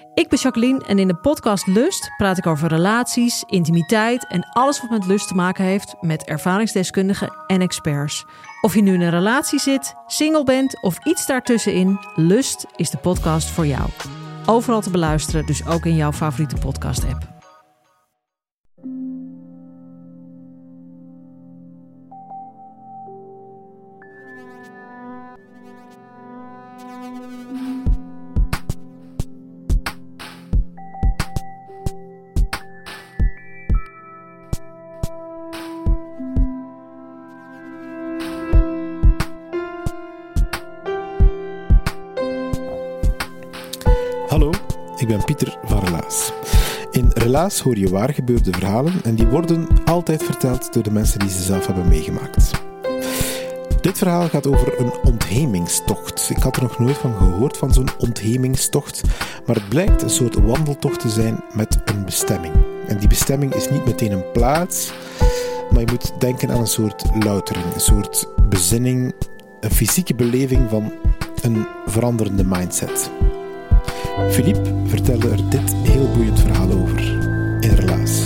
Ik ben Jacqueline en in de podcast Lust praat ik over relaties, intimiteit en alles wat met lust te maken heeft met ervaringsdeskundigen en experts. Of je nu in een relatie zit, single bent of iets daartussenin, Lust is de podcast voor jou. Overal te beluisteren, dus ook in jouw favoriete podcast-app. Hallo, ik ben Pieter van Relaas. In Relaas hoor je waargebeurde verhalen en die worden altijd verteld door de mensen die ze zelf hebben meegemaakt. Dit verhaal gaat over een onthemingstocht. Ik had er nog nooit van gehoord, van zo'n onthemingstocht, maar het blijkt een soort wandeltocht te zijn met een bestemming. En die bestemming is niet meteen een plaats, maar je moet denken aan een soort loutering, een soort bezinning, een fysieke beleving van een veranderende mindset. Philippe vertelde er dit heel boeiend verhaal over in Relaas.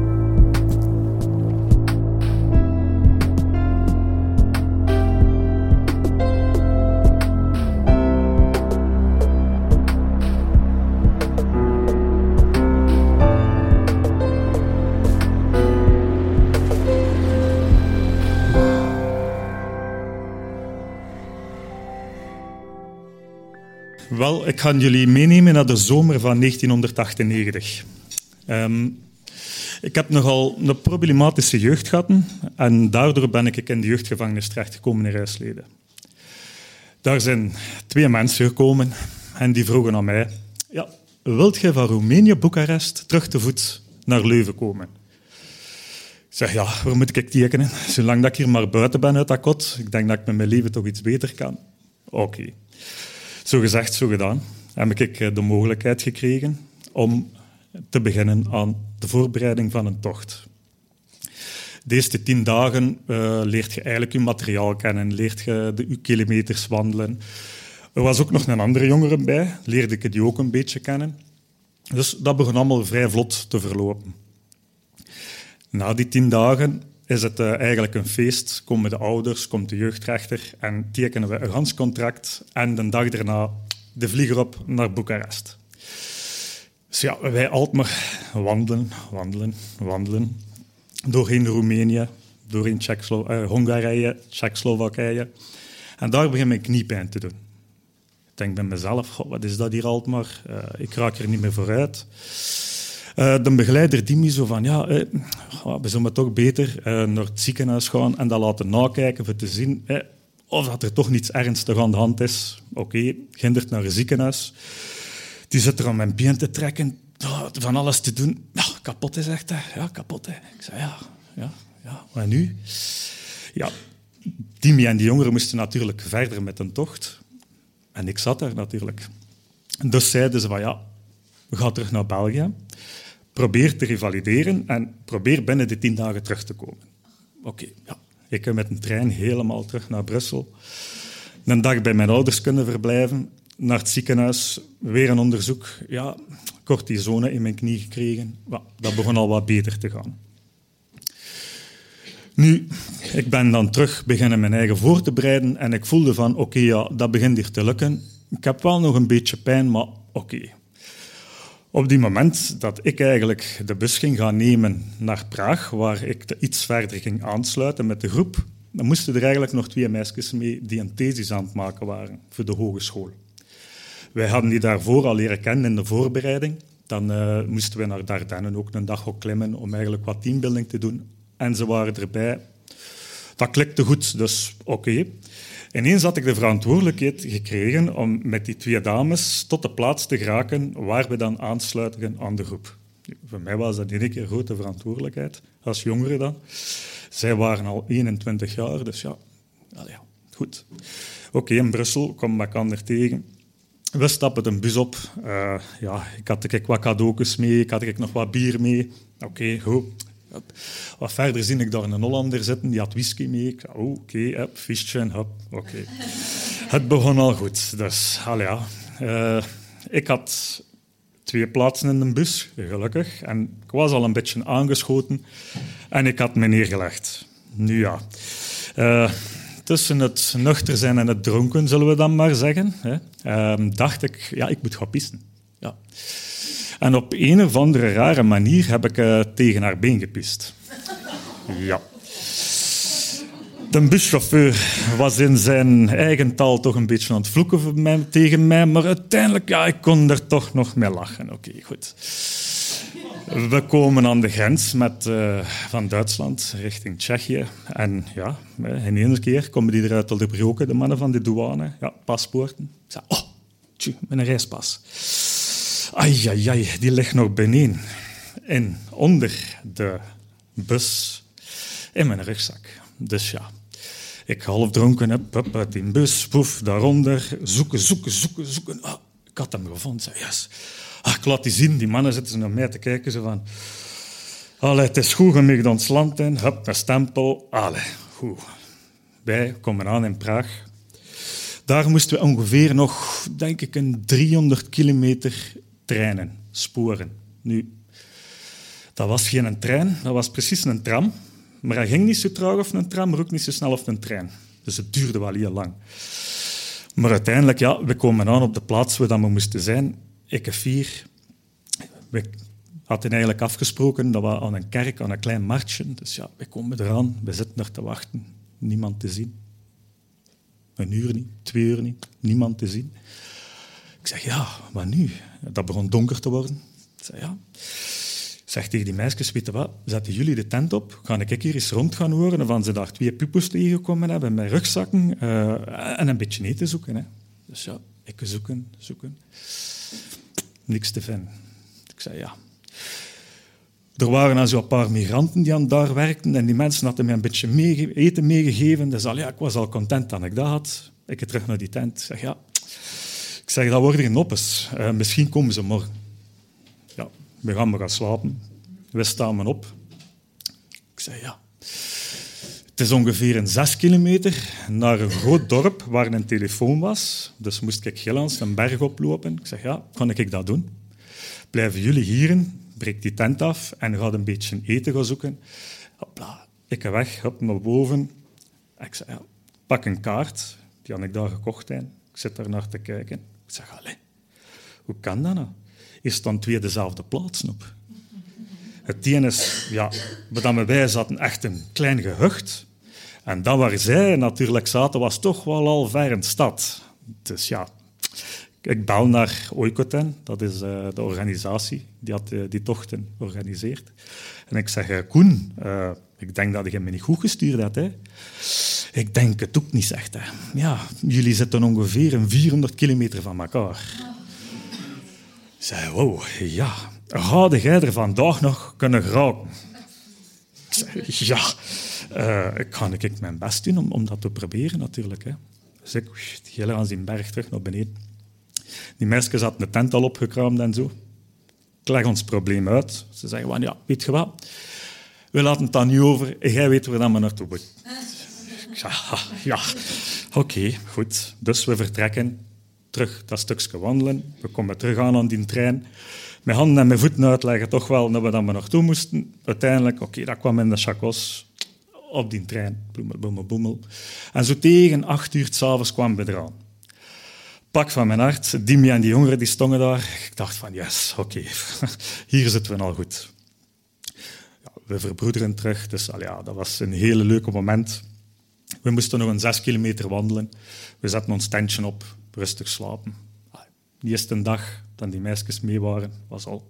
Wel, ik ga jullie meenemen naar de zomer van 1998. Ik heb nogal een problematische jeugd gehad en daardoor ben ik in de jeugdgevangenis terechtgekomen in Ruisleden. Daar zijn 2 mensen gekomen en die vroegen aan mij: ja, wilt jij van Roemenië, Boekarest, terug te voet naar Leuven komen? Ik zeg, ja, waar moet ik tekenen? Zolang dat ik hier maar buiten ben uit dat kot, ik denk dat ik met mijn leven toch iets beter kan. Oké. Zo gezegd, zo gedaan, heb ik de mogelijkheid gekregen om te beginnen aan de voorbereiding van een tocht. De eerste 10 dagen leert je eigenlijk je materiaal kennen, leert je de kilometers wandelen. Er was ook nog een andere jongere bij, leerde ik die ook een beetje kennen. Dus dat begon allemaal vrij vlot te verlopen. Na die 10 dagen is het eigenlijk een feest. Komen de ouders, komt de jeugdrechter en tekenen we een ganscontract en de dag daarna de vlieger op naar Boekarest. Dus ja, wij altijd maar wandelen. Doorheen Roemenië, doorheen Hongarije, Tsjechoslowakije. En daar begint mijn kniepijn te doen. Ik denk bij mezelf, goh, wat is dat hier altijd maar? Ik raak er niet meer vooruit. De begeleider die me zo van, ja, we zullen toch beter naar het ziekenhuis gaan en dat laten nakijken voor te zien of dat er toch niets ernstig aan de hand is. Oké, gindert naar een ziekenhuis. Die zit er aan mijn been te trekken, van alles te doen. Ja, kapot is echt, hè. Ja, kapot, hè. Ik zei, ja. En nu? Ja, Timmy en die jongeren moesten natuurlijk verder met een tocht. En ik zat daar natuurlijk. Dus zeiden ze van, ja, we gaan terug naar België. Probeer te revalideren en probeer binnen de 10 dagen terug te komen. Oké, ja. Ik heb met een trein helemaal terug naar Brussel. Een dag bij mijn ouders kunnen verblijven. Naar het ziekenhuis, weer een onderzoek. Ja, cortisone in mijn knie gekregen. Dat begon al wat beter te gaan. Nu, ik ben dan terug beginnen mijn eigen voor te bereiden en ik voelde van, oké, ja, dat begint hier te lukken. Ik heb wel nog een beetje pijn, maar oké. Op die moment dat ik eigenlijk de bus ging gaan nemen naar Praag, waar ik iets verder ging aansluiten met de groep, dan moesten er eigenlijk nog 2 meisjes mee die een thesis aan het maken waren voor de hogeschool. Wij hadden die daarvoor al leren kennen in de voorbereiding. Dan moesten we naar Dardenne ook een dag op klimmen om eigenlijk wat teambuilding te doen. En ze waren erbij. Dat klikte goed, dus oké. Ineens had ik de verantwoordelijkheid gekregen om met die 2 dames tot de plaats te geraken waar we dan aansluiten aan de groep. Voor mij was dat een keer een grote verantwoordelijkheid, als jongere dan. Zij waren al 21 jaar, dus ja, goed. Oké, in Brussel kwam ik elkaar tegen. We stappen de bus op. Ik had wat cadeautjes mee, ik had nog wat bier mee. Oké, goed. Wat verder zie ik daar een Hollander zitten, die had whisky mee. Ik zei, oké, visje, oké. Het begon al goed. Dus, ik had 2 plaatsen in de bus, gelukkig. En ik was al een beetje aangeschoten en ik had me neergelegd. Nu ja, tussen het nuchter zijn en het dronken, zullen we dan maar zeggen, dacht ik, ja, ik moet gaan pissen. Ja. En op een of andere rare manier heb ik tegen haar been gepist. Ja. De buschauffeur was in zijn eigen taal toch een beetje aan het vloeken tegen mij, maar uiteindelijk, ja, ik kon er toch nog mee lachen. Oké, goed. We komen aan de grens van Duitsland richting Tsjechië. En ja, in één keer komen die eruit al gebroken, de mannen van de douane. Ja, paspoorten. Ik zei, oh, tju, mijn reispas. Ai, die ligt nog beneden. En onder de bus in mijn rugzak. Dus ja, ik half dronken heb, uit die bus, poef, daaronder, zoeken. Ah, ik had hem gevonden, zei yes. Ah, ik laat die zien, die mannen zitten naar mij te kijken, zo van, allee, het is goed, je mag ons land in, hup, een stempel, allee, goed. Wij komen aan in Praag. Daar moesten we ongeveer nog, denk ik, een 300 kilometer treinen, sporen. Nu, dat was geen trein, dat was precies een tram. Maar hij ging niet zo traag op een tram, maar ook niet zo snel op een trein. Dus het duurde wel heel lang. Maar uiteindelijk, ja, we komen aan op de plaats waar we moesten zijn. Ik en 4. We hadden eigenlijk afgesproken dat we aan een kerk, aan een klein marktje. Dus ja, we komen eraan, we zitten er te wachten. Niemand te zien. 1 uur niet, 2 uur niet, niemand te zien. Ik zeg, ja, wat nu? Dat begon donker te worden. Ik zeg, ja. Ik zeg tegen die meisjes, weet je wat, zetten jullie de tent op? Ga ik hier eens rond gaan horen of ze daar 2 puppels tegengekomen hebben met rugzakken en een beetje eten zoeken. Hè. Dus ja, ik zoeken. Niks te vinden. Ik zei, ja. Er waren dan zo een paar migranten die aan daar werkten en die mensen hadden mij een beetje eten meegegeven. Dus ja, ik was al content dat ik dat had. Ik ga terug naar die tent. Ik zeg, ja. Ik zeg, dat worden geen oppes. Misschien komen ze morgen. Ja. We gaan slapen. We staan maar op. Ik zei, ja. Het is ongeveer een 6 kilometer naar een groot dorp waar een telefoon was. Dus moest ik Gillans een berg oplopen. Ik zeg, ja, kan ik dat doen? Blijven jullie hier, breek die tent af en ga een beetje eten gaan zoeken. Hopla, ik ga weg, hop, naar boven. Ik zeg, ja, pak een kaart. Die had ik daar gekocht. Hè. Ik zit daar naar te kijken. Ik zeg, allee, hoe kan dat nou? Hier staan 2 dezelfde plaatsen op. Het ene is, ja, waar wij zaten, echt een klein gehucht. En dat waar zij natuurlijk zaten, was toch wel al ver in de stad. Dus ja, ik bel naar Oikoten, dat is de organisatie die had die tochten georganiseerd. En ik zeg, Koen, ik denk dat je me niet goed gestuurd hebt. Hè? Ik denk het ook niet, zegt hij. Ja, jullie zitten ongeveer een 400 kilometer van elkaar. Ik zei, wow, ja, ga jij er vandaag nog kunnen geraken? Ik zei, ja, kan ik mijn best doen om dat te proberen natuurlijk. Hè. Dus ik heel aan die berg terug naar beneden. Die meisjes hadden de tent al opgekraamd en zo. Ik leg ons probleem uit. Ze zeggen, van, ja, weet je wat, we laten het dan nu over, jij weet waar we naartoe moeten. Ik zei, ja, oké, goed. Dus we vertrekken. Terug dat stukje wandelen. We komen terug aan die trein. Mijn handen en mijn voeten uitleggen toch wel dat we dan maar naartoe moesten. Uiteindelijk, oké, dat kwam in de chacos op die trein. Boemel. En zo tegen 8 uur 's avonds kwamen we eraan. Pak van mijn hart, Dimi en die jongeren die stonden daar. Ik dacht van, yes, oké, hier zitten we al goed. Ja, we verbroederen terug, dus ja, dat was een hele leuke moment. We moesten nog een 6 kilometer wandelen. We zetten ons tentje op. Rustig slapen. De eerste dag dat die meisjes mee waren, was al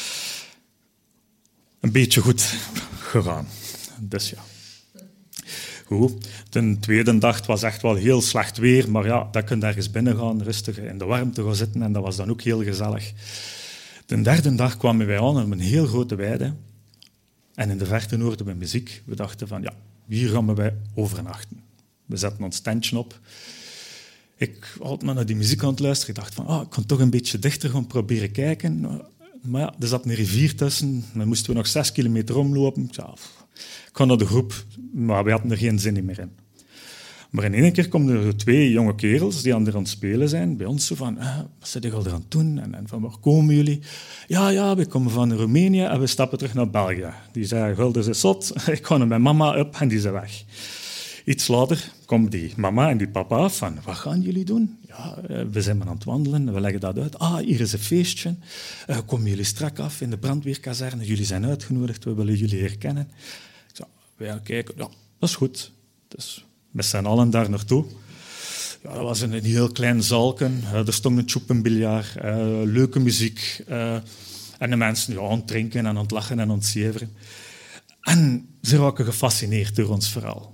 een beetje goed gegaan. Dus ja. Goed. De tweede dag was echt wel heel slecht weer, maar ja, dat kun je ergens binnen gaan, rustig in de warmte gaan zitten en dat was dan ook heel gezellig. De derde dag kwamen wij aan op een heel grote weide en in de verte hoorden we muziek. We dachten van, ja, hier gaan wij overnachten. We zetten ons tentje op. Ik had maar naar die muziek aan het luisteren. Ik dacht van, ik kan toch een beetje dichter gaan proberen kijken. Maar ja, er zat een rivier tussen. Dan moesten we nog 6 kilometer omlopen. Ja, ik ga naar de groep, maar we hadden er geen zin meer in. Maar in één keer komen er zo 2 jonge kerels die aan het spelen zijn, bij ons zo van, wat zit je al aan het doen? En van waar komen jullie? Ja, we komen van Roemenië en we stappen terug naar België. Die zei, Gulders is zot, ik ga naar mijn mama op en die zijn weg. Iets later komt die mama en die papa af van, wat gaan jullie doen? Ja, we zijn maar aan het wandelen, we leggen dat uit. Hier is een feestje. Komen jullie strak af in de brandweerkazerne? Jullie zijn uitgenodigd, we willen jullie herkennen. Ik zei, ja, kijk, ja, dat is goed. Dus met z'n allen daar naartoe. Ja, dat was een heel klein zaalken. Er stond een tjoepenbiljart, leuke muziek. En de mensen aan het drinken en aan het lachen en aan het zeveren. En ze raken gefascineerd door ons verhaal.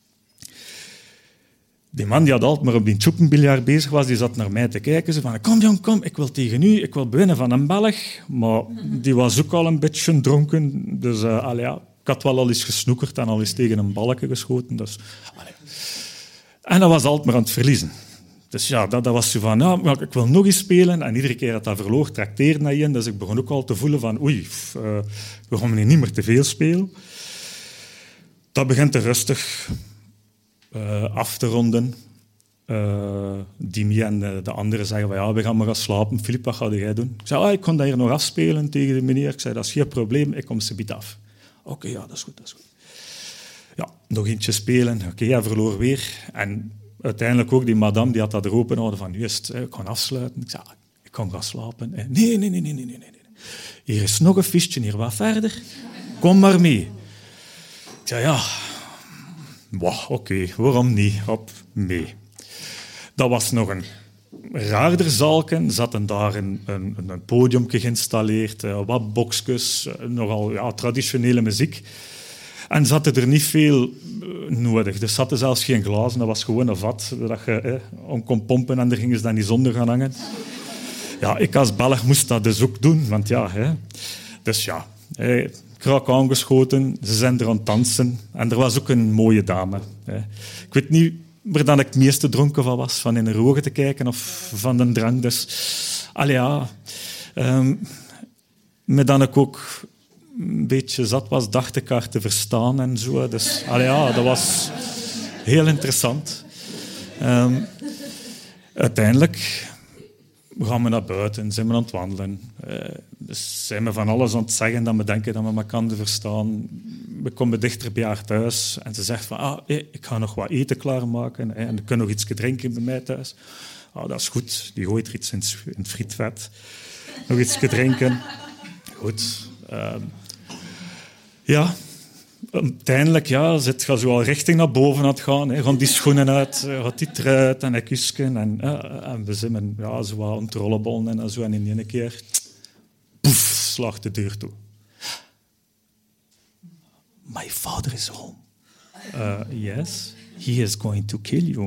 Die man die had altijd maar op die tjoepenbiljart bezig was, die zat naar mij te kijken. Ze van, kom jong, kom, ik wil tegen u, ik wil winnen van een Belg. Maar die was ook al een beetje dronken. Dus ja, ik had wel al eens gesnoekerd en al eens tegen een balken geschoten. Dus, en dat was altijd maar aan het verliezen. Dus ja, dat was zo van, ja, ik wil nog eens spelen. En iedere keer dat verloor, trakteerde hij in. Dus ik begon ook al te voelen van, oei, we gaan niet meer te veel spelen. Dat begint te rustig af te ronden. Dimi en de anderen zeggen van, ja, we gaan maar gaan slapen. Filip, wat ga jij doen? Ik zei, ik kon dat hier nog afspelen tegen de meneer. Ik zei, dat is geen probleem, ik kom subiet af. Oké, ja, dat is goed, dat is goed. Ja, nog eentje spelen. Oké, hij verloor weer. En uiteindelijk ook die madame, die had dat er open houden van, juist, ik ga afsluiten. Ik zei, ik kan gaan slapen. Nee. Hier is nog een feestje, hier wat verder. Kom maar mee. Ik zei, ja, oké, waarom niet? Hop, mee. Dat was nog een raarder zaalken. Zaten daar een podiumje geïnstalleerd, wat boxjes, nogal traditionele muziek. En zaten er niet veel nodig. Er zaten zelfs geen glazen, dat was gewoon een vat dat je om kon pompen en daar gingen ze dan niet zonder gaan hangen. Ja, ik als Belg moest dat dus ook doen, want ja. Dus ja, krak aangeschoten, ze zijn er aan het dansen. En er was ook een mooie dame. Ik weet niet waar dan ik het meeste dronken van was, van in haar ogen te kijken of van de drank. Dus, ja. Met dan ik ook een beetje zat was, dacht ik haar te verstaan en zo. Dus, ja, dat was heel interessant. Uiteindelijk gaan we naar buiten, zijn we aan het wandelen. Dus zijn we van alles aan het zeggen dat we denken dat we elkaar kunnen verstaan. We komen dichter bij haar thuis en ze zegt van, ik ga nog wat eten klaarmaken en ik kan nog iets drinken bij mij thuis. Dat is goed, die gooit er iets in het frietvet. Nog iets drinken. Goed. Ja, uiteindelijk zit je zo al richting naar boven aan het gaan. Gaan die schoenen uit, gaat die trui uit en een kusken. En we zijn zo wat aan het rollenbollen en zo. En in één keer, poef, slaagt de deur toe. My father is home. Yes, he is going to kill you.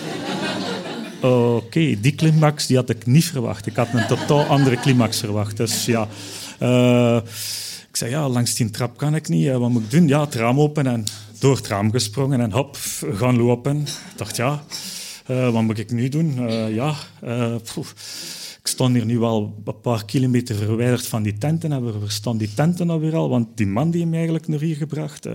Oké, die climax die had ik niet verwacht. Ik had een totaal andere climax verwacht. Dus ja... ik zei, langs die trap kan ik niet. Wat moet ik doen? Ja, het raam open en door het raam gesprongen en hop, gaan lopen. Ik dacht, wat moet ik nu doen? Ik stond hier nu wel een paar kilometer verwijderd van die tenten en we verstaan die tenten alweer al, want die man die hem eigenlijk naar hier gebracht,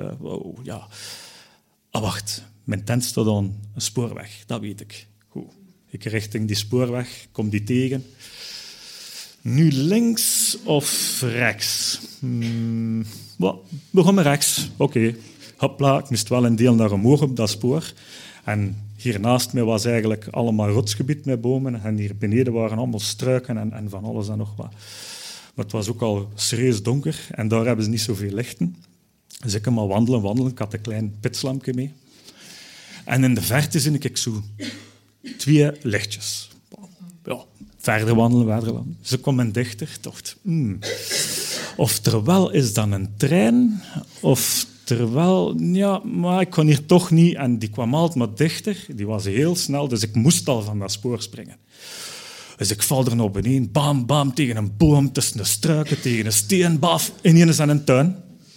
wacht, mijn tent staat aan een spoorweg, dat weet ik. Goed. Ik richting die spoorweg, kom die tegen. Nu links of rechts? We gaan maar rechts. Oké. Hopla, ik moest wel een deel naar omhoog op dat spoor. En hier naast mij was eigenlijk allemaal rotsgebied met bomen. En hier beneden waren allemaal struiken en van alles en nog wat. Maar het was ook al serieus donker. En daar hebben ze niet zoveel lichten. Dus ik ging maar wandelen. Ik had een klein pitslampje mee. En in de verte zie ik zo 2 lichtjes. Ja. Verder wandelen. Ze komen dichter. Ik dacht, Oftewel is dan een trein, oftewel, maar ik kon hier toch niet. En die kwam altijd maar dichter. Die was heel snel, dus ik moest al van dat spoor springen. Dus ik val er naar beneden, bam, bam, tegen een boom, tussen de struiken, tegen een steen, baf, ineens aan een tuin.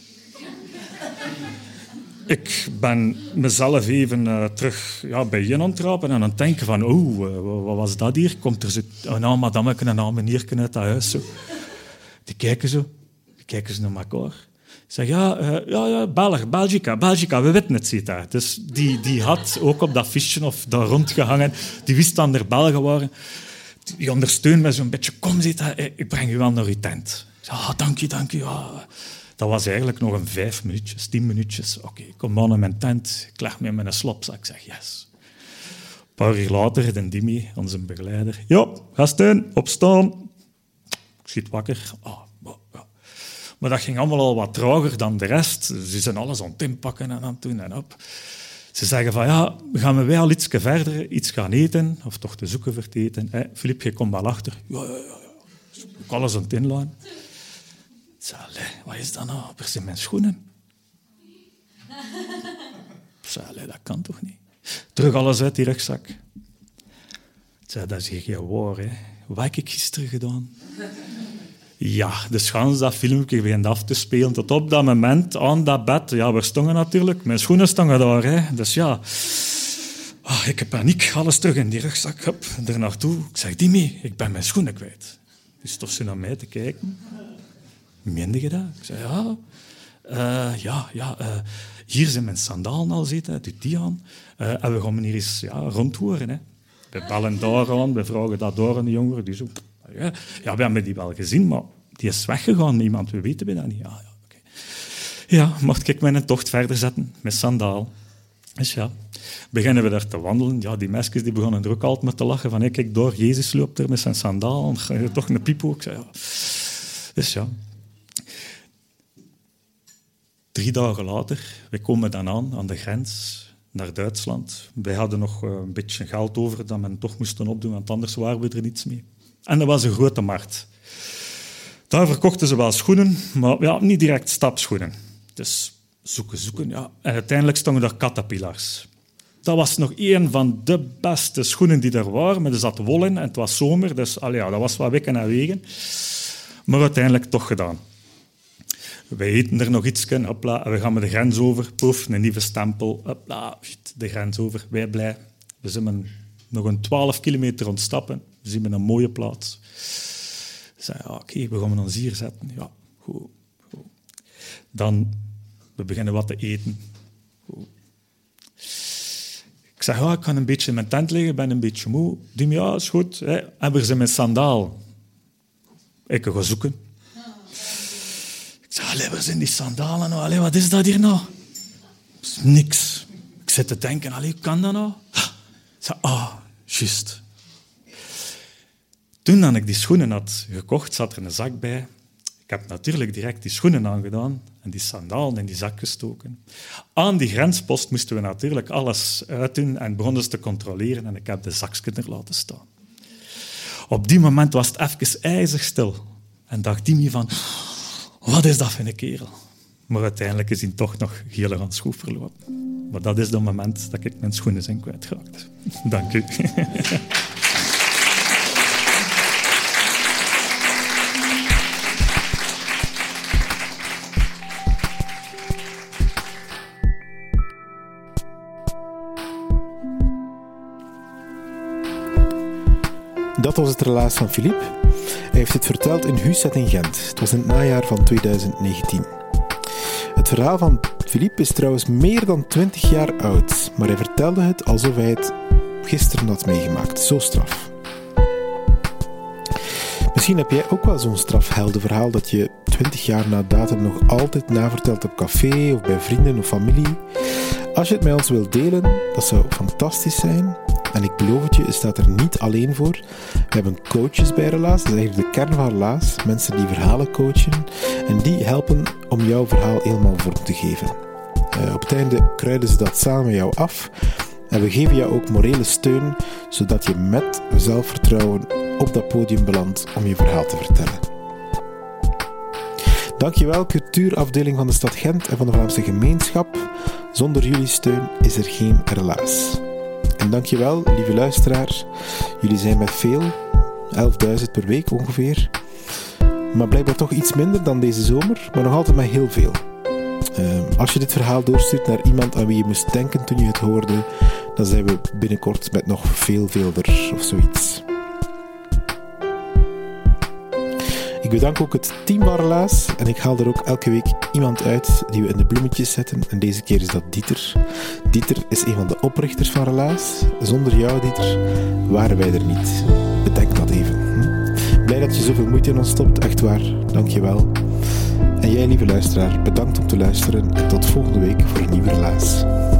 Ik ben mezelf even terug bijeen aan het trappen en aan het denken van, wat was dat hier? Komt er zo madame en een meneer uit dat huis. Zo. Die kijken zo naar elkaar. Ik zeg, ja, Belgica, we weten het, ziet daar. Dus die had ook op dat fiche of daar rondgehangen. Die wist dat er Belgen waren. Die ondersteunde mij zo'n beetje. Kom, ziet daar, ik breng u wel naar uw tent. Ik zeg, dank je. Ja. Dat was eigenlijk nog een 5 minuutjes, 10 minuutjes. Oké, ik kom aan in mijn tent. Ik leg me in mijn slopzak. Ik zeg, yes. Een paar uur later, de Dimi, onze begeleider. Ja, gasten, opstaan. Ik schiet wakker. Ja. Maar dat ging allemaal al wat trager dan de rest. Ze zijn alles aan het inpakken en aan het doen en op. Ze zeggen van, ja, gaan we al iets verder, iets gaan eten, of toch te zoeken voor het eten. Filip, je komt wel achter. Ja. Ik alles aan het inlaan. Ik zei, wat is dat nou? Er zijn mijn schoenen. Ik zei, dat kan toch niet? Terug alles uit die rugzak. Ik zei, dat is hier geen waar, hè. Wat heb ik gisteren gedaan? Ja, dus gaan dat filmpje begint af te spelen. Tot op dat moment, aan dat bed, ja, we stonden natuurlijk. Mijn schoenen stonden daar, hè. Dus ja, ik heb paniek. Alles terug in die rugzak. Hup, er naartoe. Ik zeg, Dimi, ik ben mijn schoenen kwijt. Die stond ze naar mij te kijken. Meende je dat? Ik zei, hier zijn mijn sandalen al zitten, doet die aan. En we gaan hier eens rondhoren. Hè. We bellen daar aan, we vragen dat door aan de jongeren. Die zo, ja, we hebben die wel gezien, maar die is weggegaan. Niemand, we weten dat niet. Okay. Ja, mocht ik mijn tocht verder zetten met sandaal. Dus ja, beginnen we daar te wandelen. Ja, die meisjes die begonnen er ook altijd met te lachen. Van, kijk door, Jezus loopt er met zijn sandaal. En ga je toch een pipo? Ik zei, ja. Dus ja. 3 dagen later, we komen dan aan de grens naar Duitsland. Wij hadden nog een beetje geld over dat we toch moesten opdoen, want anders waren we er niets mee. En dat was een grote markt. Daar verkochten ze wel schoenen, maar ja, niet direct stapschoenen. Dus zoeken, ja. En uiteindelijk stonden er Caterpillars. Dat was nog een van de beste schoenen die er waren, maar er zat wol in en het was zomer, dus dat was wat wikken en wegen. Maar uiteindelijk toch gedaan. Wij eten er nog iets, hopla, we gaan met de grens over, poef, een nieuwe stempel, hopla, de grens over, wij blij. We zijn nog een 12 kilometer ontstappen, we zien een mooie plaats. We zeggen, oké, we gaan ons hier zetten. Ja, goed. Dan, we beginnen wat te eten. Goed. Ik zeg, ik ga een beetje in mijn tent liggen, ik ben een beetje moe. Die me, ja, is goed. Hebben ze mijn sandaal? Ik ga zoeken. Ik zeg, waar zijn die sandalen nou? Wat is dat hier nou? Niks. Ik zit te denken, hoe kan dat nou? Ik zeg, juist. Toen ik die schoenen had gekocht, zat er een zak bij. Ik heb natuurlijk direct die schoenen aangedaan en die sandalen in die zak gestoken. Aan die grenspost moesten we natuurlijk alles uitdoen en begonnen ze te controleren en ik heb de zakjes er laten staan. Op die moment was het even ijzig stil en dacht die me van... Wat is dat voor een kerel? Maar uiteindelijk is hij toch nog heel aan het schroef verlopen. Maar dat is het moment dat ik mijn schoenen zijn kwijtgeraakt. Dank u. Dat was het relaas van Filip. Hij heeft het verteld in Huset in Gent. Het was in het najaar van 2019. Het verhaal van Filip is trouwens meer dan 20 jaar oud, maar hij vertelde het alsof hij het gisteren had meegemaakt. Zo straf. Misschien heb jij ook wel zo'n strafheldenverhaal dat je 20 jaar na datum nog altijd navertelt op café of bij vrienden of familie. Als je het met ons wilt delen, dat zou fantastisch zijn. En ik beloof het je, je staat er niet alleen voor. We hebben coaches bij Relaas, dat is eigenlijk de kern van Relaas. Mensen die verhalen coachen en die helpen om jouw verhaal helemaal vorm te geven. Op het einde kruiden ze dat samen met jou af. En we geven jou ook morele steun, zodat je met zelfvertrouwen op dat podium belandt om je verhaal te vertellen. Dankjewel, cultuurafdeling van de stad Gent en van de Vlaamse gemeenschap. Zonder jullie steun is er geen Relaas. En dankjewel, lieve luisteraars. Jullie zijn met veel, 11.000 per week ongeveer. Maar blijkbaar toch iets minder dan deze zomer, maar nog altijd met heel veel. Als je dit verhaal doorstuurt naar iemand aan wie je moest denken toen je het hoorde, dan zijn we binnenkort met nog veel er of zoiets. Ik bedank ook het team van Relaas en ik haal er ook elke week iemand uit die we in de bloemetjes zetten. En deze keer is dat Dieter. Dieter is een van de oprichters van Relaas. Zonder jou, Dieter, waren wij er niet. Bedenk dat even. Blij dat je zoveel moeite in ons stopt, echt waar. Dank je wel. En jij, lieve luisteraar, bedankt om te luisteren en tot volgende week voor een nieuwe Relaas.